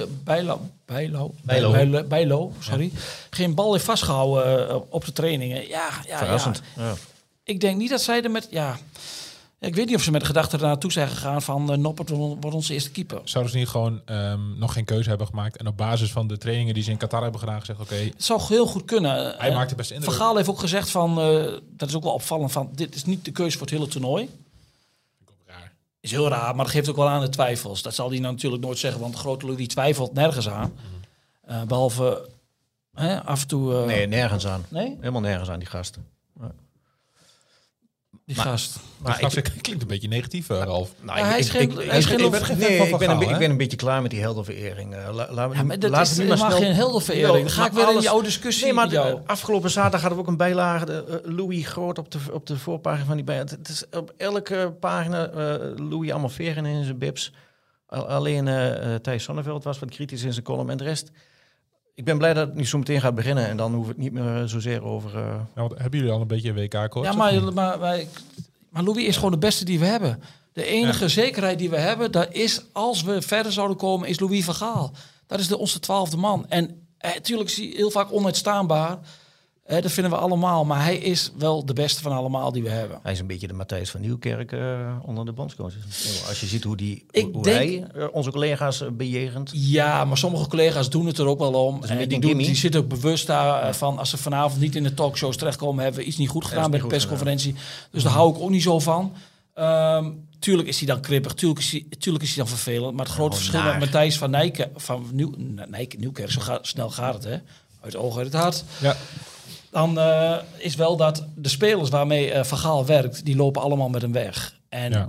[SPEAKER 4] Bijlo geen bal heeft vastgehouden op de trainingen.
[SPEAKER 6] Verrassend. Ja.
[SPEAKER 4] Ik denk niet dat zij er met... ik weet niet of ze met de gedachte naartoe zijn gegaan van Noppert wordt onze eerste keeper.
[SPEAKER 5] Zouden ze niet gewoon nog geen keuze hebben gemaakt en op basis van de trainingen die ze in Qatar hebben gedaan gezegd, oké,
[SPEAKER 4] Het zou heel goed kunnen.
[SPEAKER 5] hij maakt de beste indruk.
[SPEAKER 4] Van Gaal heeft ook gezegd van, dat is ook wel opvallend, van dit is niet de keuze voor het hele toernooi. Is heel raar, maar dat geeft ook wel aan de twijfels. Dat zal hij nou natuurlijk nooit zeggen, want de grote Louis die twijfelt nergens aan. Behalve af en toe...
[SPEAKER 6] Nee, nergens aan.
[SPEAKER 4] Nee?
[SPEAKER 6] Helemaal nergens aan, die gasten.
[SPEAKER 4] Die gast.
[SPEAKER 5] Maar het klinkt een beetje negatief, Ralf.
[SPEAKER 6] Nou,
[SPEAKER 4] Ja, hij is geen
[SPEAKER 6] ik ben een beetje klaar met die heldenverering.
[SPEAKER 4] Maar dat is helemaal geen heldenverering. Dan ga ik weer in die oude discussie
[SPEAKER 6] Nee, maar
[SPEAKER 4] met jou.
[SPEAKER 6] afgelopen zaterdag hadden we ook een bijlage. Louis groot op de voorpagina van die bijlage. Het is op elke pagina Louis allemaal veren in zijn bibs. Alleen Thijs Sonneveld was wat kritisch in zijn column. En de rest... Ik ben blij dat het nu zo meteen gaat beginnen. En dan hoeven we het niet meer zozeer over...
[SPEAKER 5] Want hebben jullie al een beetje een WK-koorts?
[SPEAKER 4] Ja, maar Louis is gewoon de beste die we hebben. De enige zekerheid die we hebben, dat is als we verder zouden komen, is Louis van Gaal. Dat is onze 12e man. En natuurlijk is hij heel vaak onuitstaanbaar. Dat vinden we allemaal. Maar hij is wel de beste van allemaal die we hebben.
[SPEAKER 6] Hij is een beetje de Matthijs van Nieuwkerk onder de bondscoaches. Als je ziet hoe hij onze collega's bejegent.
[SPEAKER 4] Ja, maar sommige collega's doen het er ook wel om.
[SPEAKER 6] Dus
[SPEAKER 4] En die zitten ook bewust daar van... als ze vanavond niet in de talkshows terechtkomen... hebben we iets niet goed gedaan bij de persconferentie. Dus daar hou ik ook niet zo van. Tuurlijk is hij dan kribbig. Tuurlijk is hij dan vervelend. Maar het grote verschil met Matthijs van Nieuwkerk... zo snel gaat het, hè? Uit het oog, uit het hart.
[SPEAKER 5] Ja.
[SPEAKER 4] Dan is wel dat de spelers waarmee Van Gaal werkt... die lopen allemaal met hem weg. En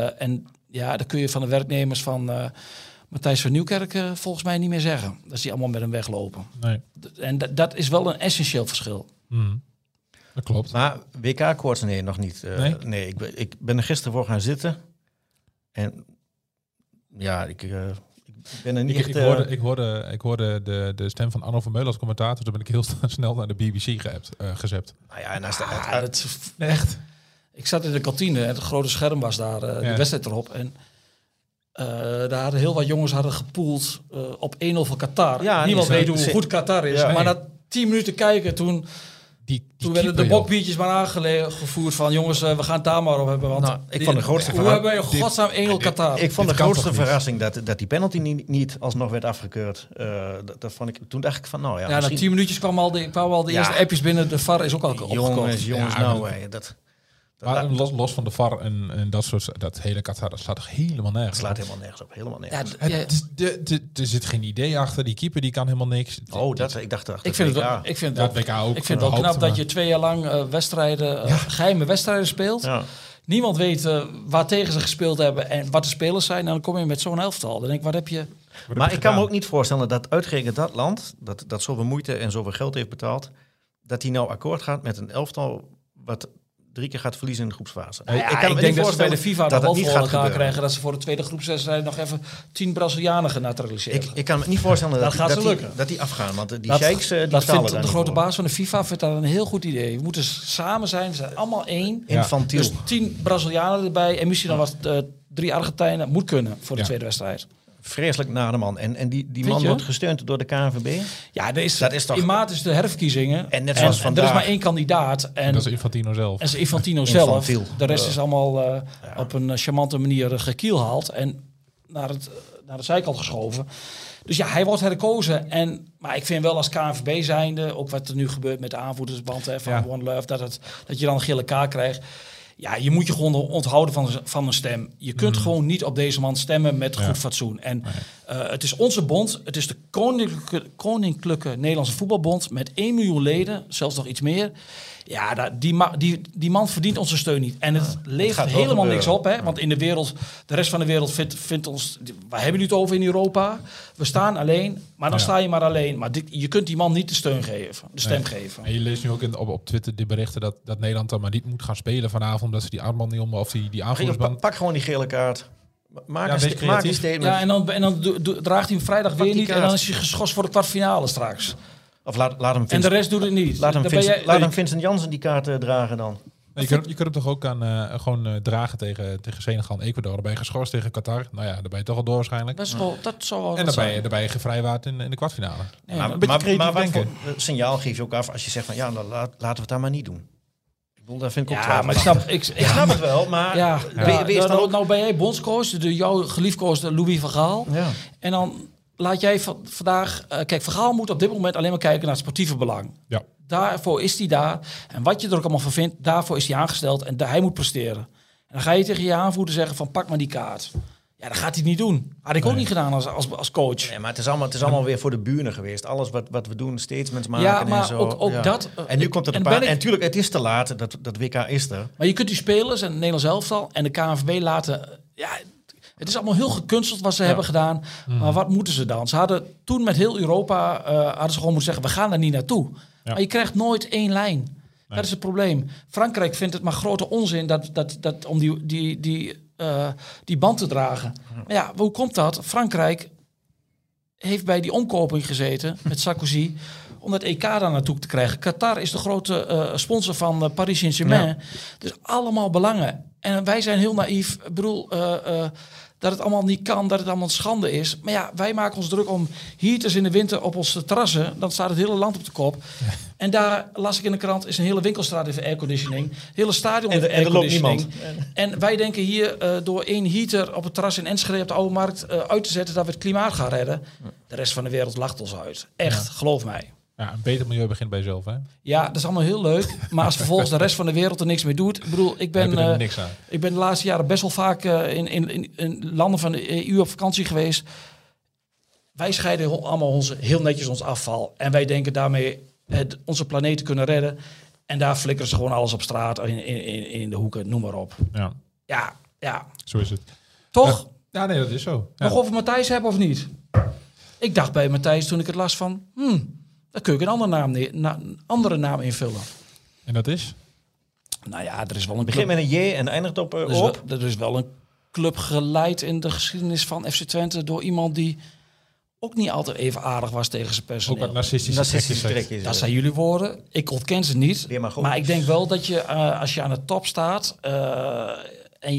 [SPEAKER 4] dan kun je van de werknemers van Matthijs van Nieuwkerk volgens mij niet meer zeggen. Dat die allemaal met hem weglopen.
[SPEAKER 5] Nee.
[SPEAKER 4] En dat is wel een essentieel verschil.
[SPEAKER 5] Dat klopt.
[SPEAKER 6] Maar WK-koorts, nee, nog niet. Nee, ik ben er gisteren voor gaan zitten. En ja, ik ben er niet echt...
[SPEAKER 5] Ik hoorde de stem van Arno van Meulen als commentator. Toen ben ik heel snel naar de BBC gezept.
[SPEAKER 6] Nou ja, en als
[SPEAKER 5] Echt?
[SPEAKER 4] Ik zat in de kantine en het grote scherm was daar, de wedstrijd erop. En daar hadden heel wat jongens gepoeld op 1-0 van Qatar.
[SPEAKER 6] Ja,
[SPEAKER 4] niemand weet hoe goed Qatar is.
[SPEAKER 6] Ja.
[SPEAKER 4] Maar na 10 minuten kijken, toen werden de bokbiertjes maar aangevoerd van... jongens, we gaan het daar maar op hebben. Want
[SPEAKER 6] ik vond de grootste
[SPEAKER 4] hoe hebben wij in godsnaam 1-0 Qatar?
[SPEAKER 6] Ik vond de grootste verrassing dat die penalty niet alsnog werd afgekeurd. Dat vond ik. Toen dacht ik van, nou ja...
[SPEAKER 4] Ja, na 10 minuutjes kwamen al de eerste appjes binnen. De VAR is ook al opgekomen.
[SPEAKER 6] Jongens,
[SPEAKER 5] Maar los van de VAR en dat hele Qatar, dat slaat toch helemaal nergens?
[SPEAKER 6] Het slaat helemaal nergens op. Helemaal nergens.
[SPEAKER 5] Er zit geen idee achter. Die keeper die kan helemaal niks.
[SPEAKER 6] Ik dacht dat.
[SPEAKER 4] Ik vind het wel knap dat je 2 jaar lang geheime wedstrijden speelt. Ja. Niemand weet waar tegen ze gespeeld hebben en wat de spelers zijn. En dan kom je met zo'n elftal. Dan denk ik, wat heb je...
[SPEAKER 6] Maar ik kan me ook niet voorstellen dat uitgerekend dat land, dat zoveel moeite en zoveel geld heeft betaald, dat hij nou akkoord gaat met een elftal wat 3 keer gaat verliezen in de groepsfase.
[SPEAKER 4] Ik denk dat ze bij de FIFA
[SPEAKER 6] dat
[SPEAKER 4] nog
[SPEAKER 6] het
[SPEAKER 4] wel
[SPEAKER 6] niet
[SPEAKER 4] voor
[SPEAKER 6] gaat
[SPEAKER 4] elkaar
[SPEAKER 6] gebeuren.
[SPEAKER 4] krijgen dat ze voor de tweede groepswedstrijd nog even 10 Brazilianen gaan naturaliseren.
[SPEAKER 6] Ik kan me niet voorstellen
[SPEAKER 4] Dat gaat ze lukken.
[SPEAKER 6] dat die afgaan. Want die sheiks die
[SPEAKER 4] dat
[SPEAKER 6] betalen
[SPEAKER 4] vindt
[SPEAKER 6] daar
[SPEAKER 4] de
[SPEAKER 6] niet
[SPEAKER 4] grote
[SPEAKER 6] voor.
[SPEAKER 4] baas van de FIFA vindt dat een heel goed idee. We moeten samen zijn, we zijn allemaal één.
[SPEAKER 6] Infantiel.
[SPEAKER 4] Dus 10 Brazilianen erbij en misschien nog wat 3 Argentijnen moet kunnen voor de tweede wedstrijd.
[SPEAKER 6] Vreselijk nare man. En die man
[SPEAKER 4] je?
[SPEAKER 6] wordt gesteund door de KNVB.
[SPEAKER 4] Ja,
[SPEAKER 6] Dat is toch-
[SPEAKER 4] in maart is de herverkiezingen.
[SPEAKER 6] En net zoals
[SPEAKER 4] er
[SPEAKER 6] vandaag.
[SPEAKER 4] is maar 1 kandidaat. En
[SPEAKER 5] Dat is Infantino zelf.
[SPEAKER 4] En ze Infantino zelf.
[SPEAKER 6] Infantiel.
[SPEAKER 4] De rest is allemaal op een charmante manier gekielhaald en naar de zijkant geschoven. Dus ja, hij wordt herkozen. Maar ik vind wel als KNVB zijnde, ook wat er nu gebeurt met de aanvoerdersband van One Love, dat je dan een gele kaart krijgt. Ja, je moet je gewoon onthouden van een stem. Je kunt gewoon niet op deze man stemmen met goed fatsoen. En het is onze bond, het is de Koninklijke Nederlandse Voetbalbond met 1 miljoen leden, zelfs nog iets meer. Ja, die man verdient onze steun niet. En het levert
[SPEAKER 6] wel
[SPEAKER 4] helemaal niks
[SPEAKER 6] gebeuren.
[SPEAKER 4] op. Hè? Want in de wereld, de rest van de wereld vindt ons... Waar hebben jullie het over in Europa? We staan alleen, maar dan sta je maar alleen. Maar je kunt die man niet de steun geven, de stem geven.
[SPEAKER 5] En je leest nu ook op Twitter die berichten dat Nederland dan maar niet moet gaan spelen vanavond, omdat ze die armband niet om, of die aanvoerdersband...
[SPEAKER 6] Pak gewoon die gele kaart. Maak
[SPEAKER 5] Ja,
[SPEAKER 6] een
[SPEAKER 5] wees creatief.
[SPEAKER 6] statement.
[SPEAKER 4] Ja, en dan draagt hij hem vrijdag weer
[SPEAKER 6] die
[SPEAKER 4] niet.
[SPEAKER 6] kaart.
[SPEAKER 4] En dan is hij geschorst voor de kwartfinale straks.
[SPEAKER 6] Of laat hem
[SPEAKER 4] En de
[SPEAKER 6] Vincent,
[SPEAKER 4] rest doet het niet.
[SPEAKER 6] laat hem
[SPEAKER 4] Dan ben
[SPEAKER 6] Vincent,
[SPEAKER 4] jij-
[SPEAKER 6] laat hem Vincent Jansen die kaart dragen dan.
[SPEAKER 5] Je kunt hem toch ook gewoon dragen tegen Senegal en Ecuador. Dan ben je geschorst tegen Qatar. Nou ja, daar ben je toch al door waarschijnlijk.
[SPEAKER 4] Dat zou wel
[SPEAKER 5] En
[SPEAKER 4] wat
[SPEAKER 5] dan ben je gevrijwaard in de kwartfinale.
[SPEAKER 4] Nee,
[SPEAKER 6] Maar,
[SPEAKER 5] een beetje creatief
[SPEAKER 6] wat
[SPEAKER 5] denken.
[SPEAKER 6] voor signaal geef je ook af als je zegt van ja, dan laten we het dan maar niet doen. Ik bedoel, dat vind ik ook
[SPEAKER 4] Ja, maar ik
[SPEAKER 6] snap het wel, maar
[SPEAKER 4] Ja,
[SPEAKER 6] wees dan ook...
[SPEAKER 4] nou ben jij bondscoach, jouw geliefkoosde Louis van Gaal.
[SPEAKER 6] Ja.
[SPEAKER 4] En dan laat jij vandaag... kijk, Van Gaal moet op dit moment alleen maar kijken naar het sportieve belang.
[SPEAKER 5] Ja.
[SPEAKER 4] Daarvoor is hij daar. En wat je er ook allemaal van vindt, daarvoor is hij aangesteld. En hij moet presteren. En dan ga je tegen je aanvoerder zeggen van pak maar die kaart. Ja, dat gaat hij niet doen. Had ik ook niet gedaan als coach.
[SPEAKER 6] Nee, maar het is allemaal weer voor de buren geweest. Alles wat we doen, statements maken
[SPEAKER 4] Ja, maar
[SPEAKER 6] en zo.
[SPEAKER 4] ook dat...
[SPEAKER 6] En nu komt het
[SPEAKER 4] en
[SPEAKER 6] een paar...
[SPEAKER 4] ben ik-
[SPEAKER 6] En natuurlijk, het is te laat. Dat WK is er.
[SPEAKER 4] Maar je kunt die spelers en het Nederlands elftal en de KNVB laten... Ja, het is allemaal heel gekunsteld wat ze hebben gedaan. Maar wat moeten ze dan? Ze hadden toen met heel Europa... hadden ze gewoon moeten zeggen, we gaan daar niet naartoe.
[SPEAKER 5] Ja.
[SPEAKER 4] Maar je krijgt nooit 1 lijn. Nee. Dat is het probleem. Frankrijk vindt het maar grote onzin dat om die band te dragen. Maar ja, hoe komt dat? Frankrijk heeft bij die omkoping gezeten met Sarkozy... om dat EK daar naartoe te krijgen. Qatar is de grote sponsor van Paris Saint-Germain. Ja. Dus allemaal belangen. En wij zijn heel naïef. Ik bedoel, dat het allemaal niet kan, dat het allemaal schande is. Maar ja, wij maken ons druk om heaters in de winter op onze terrassen. Dan staat het hele land op de kop. Ja. En daar, las ik in de krant, is een hele winkelstraat even airconditioning. Hele stadion heeft airconditioning. En wij denken hier door 1 heater op het terras in Enschede op de Oude Markt uit te zetten dat we het klimaat gaan redden. De rest van de wereld lacht ons uit. Echt, geloof mij.
[SPEAKER 5] Ja, een beter milieu begint bij jezelf, hè?
[SPEAKER 4] Ja, dat is allemaal heel leuk. Maar als vervolgens de rest van de wereld er niks mee doet... Ik bedoel, ik ben de laatste jaren best wel vaak in landen van de EU op vakantie geweest. Wij scheiden allemaal heel netjes ons afval. En wij denken daarmee onze planeet te kunnen redden. En daar flikkeren ze gewoon alles op straat, in de hoeken, noem maar op. Ja.
[SPEAKER 5] Zo is het.
[SPEAKER 4] Toch?
[SPEAKER 5] Ja, nee, dat is zo. Ja.
[SPEAKER 4] Nog over Matthijs hebben of niet? Ik dacht bij Matthijs toen ik het las van... Dan kun je een andere naam invullen.
[SPEAKER 5] En dat is?
[SPEAKER 4] Nou ja, er is wel een
[SPEAKER 6] begin met een J en eindigt op op.
[SPEAKER 4] Er is wel een club geleid in de geschiedenis van FC Twente... door iemand die ook niet altijd even aardig was tegen zijn personeel.
[SPEAKER 5] Ook wat narcistische
[SPEAKER 6] trekjes.
[SPEAKER 4] Dat zijn jullie woorden. Ik ontken ze niet. Maar ik denk wel dat je, als je aan de top staat... en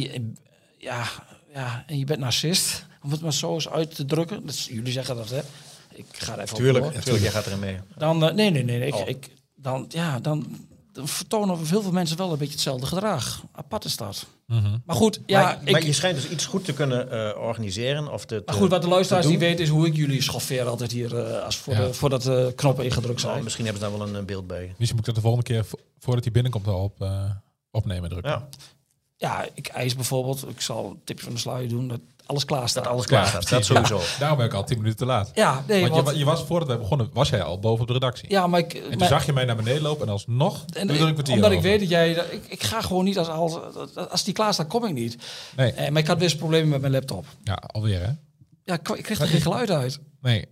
[SPEAKER 4] je bent narcist... om het maar zo eens uit te drukken. Jullie zeggen dat, hè? Ik ga er even
[SPEAKER 6] Tuurlijk, jij gaat erin mee.
[SPEAKER 4] Dan, nee. Dan vertonen heel veel mensen wel een beetje hetzelfde gedrag. Apart is dat.
[SPEAKER 5] Mm-hmm.
[SPEAKER 4] Maar goed,
[SPEAKER 6] maar je schijnt dus iets goed te kunnen organiseren.
[SPEAKER 4] Maar goed, wat de luisteraars niet weten is hoe ik jullie schoffeer altijd hier als voordat de knoppen ingedrukt zijn.
[SPEAKER 6] Misschien hebben ze daar wel een beeld bij.
[SPEAKER 5] Misschien moet ik dat de volgende keer, voordat hij binnenkomt, al opnemen drukken.
[SPEAKER 6] Ja,
[SPEAKER 4] ik eis bijvoorbeeld, ik zal een tipje van de sluier doen, dat alles klaar staat.
[SPEAKER 6] Dat alles klaar staat, dat sowieso.
[SPEAKER 5] Daarom ben ik al 10 minuten te laat.
[SPEAKER 4] Ja, nee,
[SPEAKER 5] want je was, voordat wij begonnen, was jij al boven op de redactie.
[SPEAKER 4] Ja, maar
[SPEAKER 5] toen zag je mij naar beneden lopen en alsnog...
[SPEAKER 4] Omdat ik weet dat jij... Ik ga gewoon niet als die klaar staat, kom ik niet.
[SPEAKER 5] Nee.
[SPEAKER 4] Maar ik had weer eens problemen met mijn laptop.
[SPEAKER 5] Ja, alweer hè?
[SPEAKER 4] Ja, ik kreeg er geen geluid uit.
[SPEAKER 5] Nee.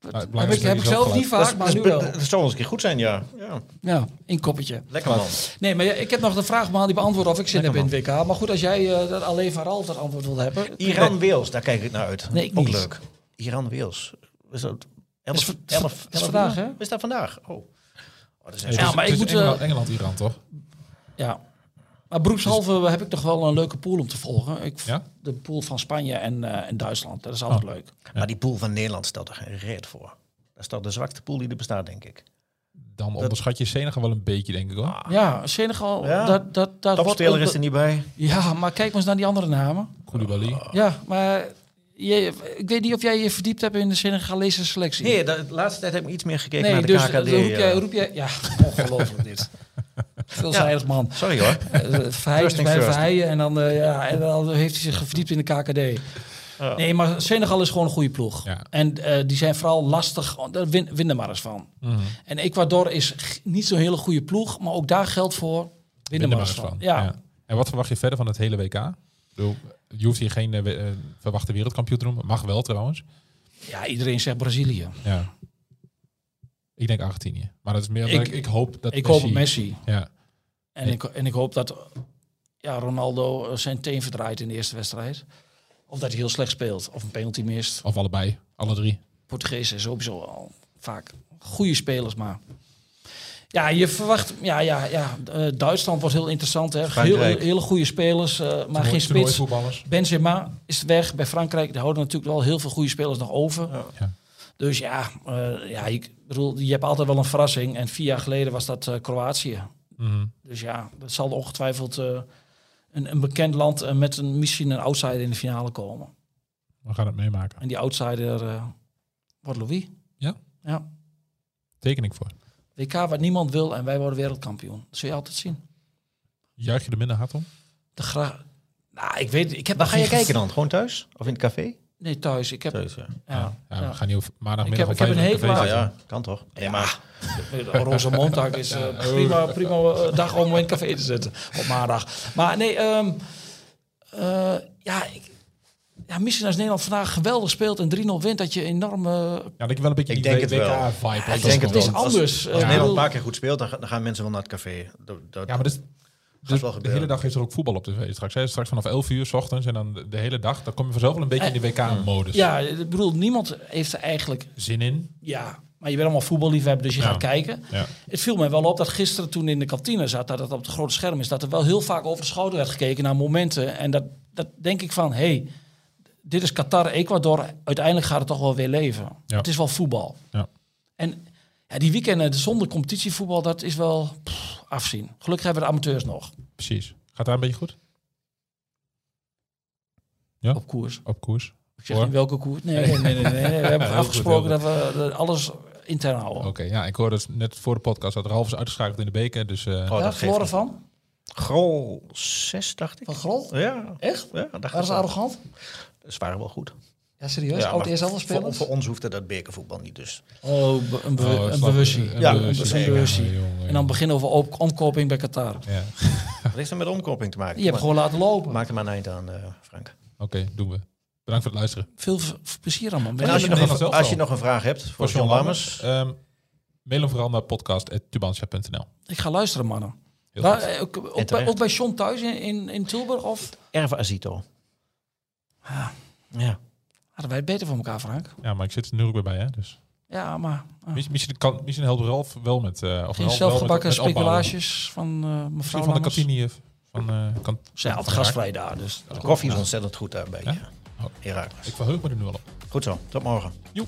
[SPEAKER 4] Heb ik zelf niet vaak, maar nu wel.
[SPEAKER 6] Dat zou eens een keer goed zijn, ja.
[SPEAKER 4] Ja, een koppetje.
[SPEAKER 6] Lekker man.
[SPEAKER 4] Nee, maar ik heb nog de vraag maar die beantwoorden of ik zin heb in het WK. Maar goed, als jij dat alleen van Ralf dat antwoord wil hebben.
[SPEAKER 6] Iran-Wales, daar kijk ik naar uit.
[SPEAKER 4] Nee, ik
[SPEAKER 6] ook
[SPEAKER 4] niet.
[SPEAKER 6] leuk. Iran-Wales. Is dat
[SPEAKER 4] is vandaag, hè?
[SPEAKER 6] Is dat vandaag? Oh. Dat is
[SPEAKER 5] Ja, maar ik moet Engeland-Iran, toch?
[SPEAKER 4] Ja. Maar beroepshalve heb ik toch wel een leuke pool om te volgen.
[SPEAKER 5] Ja?
[SPEAKER 4] De pool van Spanje en Duitsland. Dat is altijd leuk.
[SPEAKER 6] Maar die pool van Nederland stelt er geen reet voor. Dat is toch de zwakste pool die er bestaat, denk ik.
[SPEAKER 5] Dan onderschat je Senegal wel een beetje, denk ik hoor.
[SPEAKER 4] Ja, Senegal.
[SPEAKER 6] Ja.
[SPEAKER 4] Dat
[SPEAKER 6] Topspeler is er niet bij.
[SPEAKER 4] Ja, maar kijk maar eens naar die andere namen.
[SPEAKER 5] Koulibaly.
[SPEAKER 4] Ja, maar ik weet niet of jij je verdiept hebt in de Senegalese selectie.
[SPEAKER 6] Nee, de laatste tijd heb ik iets meer gekeken naar de
[SPEAKER 4] dus
[SPEAKER 6] KKD.
[SPEAKER 4] roep jij, ja, ongelooflijk dit. Veelzijdig man.
[SPEAKER 6] Sorry hoor.
[SPEAKER 4] Verheyen bij Verheyen en dan heeft hij zich verdiept in de KKD. Nee, maar Senegal is gewoon een goede ploeg. Ja. En die zijn vooral lastig, daar winnen maar eens van. Mm-hmm. En Ecuador is niet zo'n hele goede ploeg, maar ook daar geldt voor winnen maar eens van. Ja.
[SPEAKER 5] En wat verwacht je verder van het hele WK? Je hoeft hier geen verwachte wereldkampioen te noemen. Mag wel trouwens.
[SPEAKER 4] Ja, iedereen zegt Brazilië.
[SPEAKER 5] Ja. Ik denk Argentinië. Maar dat is meer ik hoop dat
[SPEAKER 4] ik hoop op Messi.
[SPEAKER 5] Ja.
[SPEAKER 4] En ik hoop dat Ronaldo zijn teen verdraait in de eerste wedstrijd. Of dat hij heel slecht speelt. Of een penalty mist.
[SPEAKER 5] Of allebei. Alle drie.
[SPEAKER 4] Portugees is sowieso al vaak goede spelers, maar... Ja, je verwacht... Duitsland wordt heel interessant. Hè. Hele goede spelers, maar geen spits. Benzema is weg bij Frankrijk. Die houden natuurlijk wel heel veel goede spelers nog over. Ja. Dus je hebt altijd wel een verrassing. En 4 jaar geleden was dat Kroatië. Mm-hmm. Dus ja, dat zal ongetwijfeld een bekend land met misschien een outsider in de finale komen.
[SPEAKER 5] We gaan het meemaken.
[SPEAKER 4] En die outsider wordt Louis. Ja.
[SPEAKER 5] Teken ik voor.
[SPEAKER 4] WK wat niemand wil en wij worden wereldkampioen. Dat zul je altijd zien.
[SPEAKER 5] Juich je er minder hard om?
[SPEAKER 4] Ik weet...
[SPEAKER 6] Waar ga je kijken dan? Gewoon thuis? Of in het café?
[SPEAKER 4] Nee, thuis. Ik heb...
[SPEAKER 6] Thuis,
[SPEAKER 5] ja. We gaan niet maandagmiddag
[SPEAKER 4] ik heb een hekel aan.
[SPEAKER 6] Ja, kan toch? Ja, maar...
[SPEAKER 4] Rozenmontag is prima dag om in het café te zitten op maandag. Maar nee, misschien als Nederland vandaag geweldig speelt en 3-0 wint, dat je enorm...
[SPEAKER 5] dat je wel een beetje
[SPEAKER 6] ik denk het wel.
[SPEAKER 5] WK-vibe.
[SPEAKER 6] Ik denk het
[SPEAKER 4] is anders.
[SPEAKER 6] Als Nederland een paar keer goed speelt, dan gaan mensen wel naar het café.
[SPEAKER 5] Maar de hele dag is er ook voetbal op tv straks. Hè? Straks vanaf 11 uur 's ochtends en dan de hele dag. Dan kom je vanzelf wel een beetje in de WK-modus.
[SPEAKER 4] Ja, ik bedoel, niemand heeft er eigenlijk...
[SPEAKER 5] zin in.
[SPEAKER 4] Ja, maar je bent allemaal voetballiefhebber, dus je gaat kijken. Ja. Het viel mij wel op dat gisteren toen in de kantine zat, dat het op het grote scherm is, dat er wel heel vaak over de schouder werd gekeken naar momenten. En dat denk ik van, dit is Qatar, Ecuador. Uiteindelijk gaat het toch wel weer leven. Ja. Het is wel voetbal. Ja. En die weekenden zonder competitievoetbal, dat is wel afzien. Gelukkig hebben we de amateurs nog.
[SPEAKER 5] Precies. Gaat daar een beetje goed? Ja?
[SPEAKER 4] Op koers.
[SPEAKER 5] Op koers.
[SPEAKER 4] Ik zeg niet welke koers. Nee. We hebben afgesproken dat we alles intern houden.
[SPEAKER 5] Oké, ik hoorde net voor de podcast dat Ralf is uitgeschakeld in de beker. Dus,
[SPEAKER 4] verloren van?
[SPEAKER 6] Grol 6, dacht ik.
[SPEAKER 4] Van Grol?
[SPEAKER 6] Ja.
[SPEAKER 4] Echt?
[SPEAKER 6] Ja,
[SPEAKER 4] dat is arrogant?
[SPEAKER 6] Ze waren wel goed.
[SPEAKER 4] Ja, serieus? Oud eerst al spelers?
[SPEAKER 6] Voor ons hoefde dat bekervoetbal niet dus.
[SPEAKER 4] Een bewustzijn. En dan beginnen over omkoping bij Qatar.
[SPEAKER 6] Ja. Wat heeft er met omkoping te maken?
[SPEAKER 4] Je hebt gewoon laten lopen.
[SPEAKER 6] Maak er maar een eind aan, Frank.
[SPEAKER 5] Oké, doen we. Bedankt voor het luisteren.
[SPEAKER 4] Veel plezier allemaal.
[SPEAKER 6] En als je nog een vraag hebt voor John Lammers,
[SPEAKER 5] mail hem vooral naar podcast@tubantia.nl.
[SPEAKER 4] Ik ga luisteren, mannen. Ook bij John thuis in Tilburg? Of?
[SPEAKER 6] Erve Azito. Ja.
[SPEAKER 4] Hadden wij het beter voor elkaar, Frank?
[SPEAKER 5] Ja, maar ik zit er nu ook weer bij, hè? Dus.
[SPEAKER 4] Ja, maar...
[SPEAKER 5] Misschien helpt Ralf wel met...
[SPEAKER 4] Geen zelfgebakken speculaties van mevrouw
[SPEAKER 5] van de kantine.
[SPEAKER 4] Zij had gasvrij daar, dus...
[SPEAKER 6] De koffie is ontzettend goed daarbij. Ja?
[SPEAKER 5] Ik verheug me er nu al op.
[SPEAKER 6] Goed zo, tot morgen.
[SPEAKER 5] Joep.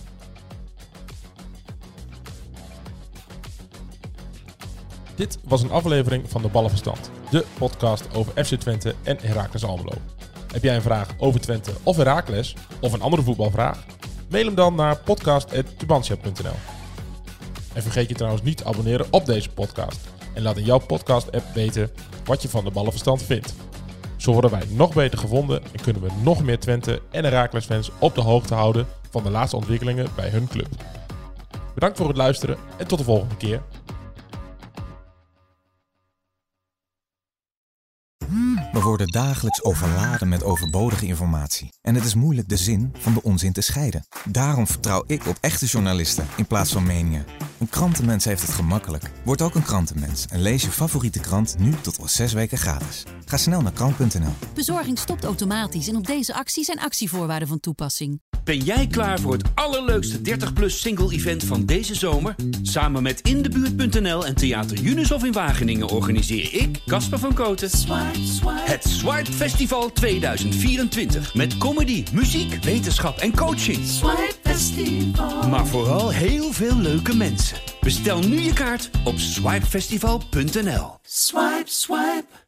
[SPEAKER 5] Dit was een aflevering van De Ballenverstand. De podcast over FC Twente en Heracles Almelo. Heb jij een vraag over Twente of Heracles of een andere voetbalvraag? Mail hem dan naar podcast@tubantia.nl. En vergeet je trouwens niet te abonneren op deze podcast. En laat in jouw podcast-app weten wat je van De Ballenverstand vindt. Zo worden wij nog beter gevonden en kunnen we nog meer Twente en Heracles fans op de hoogte houden van de laatste ontwikkelingen bij hun club. Bedankt voor het luisteren en tot de volgende keer.
[SPEAKER 7] Maar voor worden dagelijks overladen met overbodige informatie. En het is moeilijk de zin van de onzin te scheiden. Daarom vertrouw ik op echte journalisten in plaats van meningen. Een krantenmens heeft het gemakkelijk. Word ook een krantenmens en lees je favoriete krant nu tot al 6 weken gratis. Ga snel naar krant.nl.
[SPEAKER 8] Bezorging stopt automatisch en op deze actie zijn actievoorwaarden van toepassing.
[SPEAKER 1] Ben jij klaar voor het allerleukste 30-plus single-event van deze zomer? Samen met Indebuurt.nl en Theater Unisof in Wageningen organiseer ik, Casper van Koten, het Swipe Festival 2024. Met comedy, muziek, wetenschap en coaching.
[SPEAKER 2] Swipe Festival.
[SPEAKER 1] Maar vooral heel veel leuke mensen. Bestel nu je kaart op swipefestival.nl.
[SPEAKER 2] Swipe, swipe.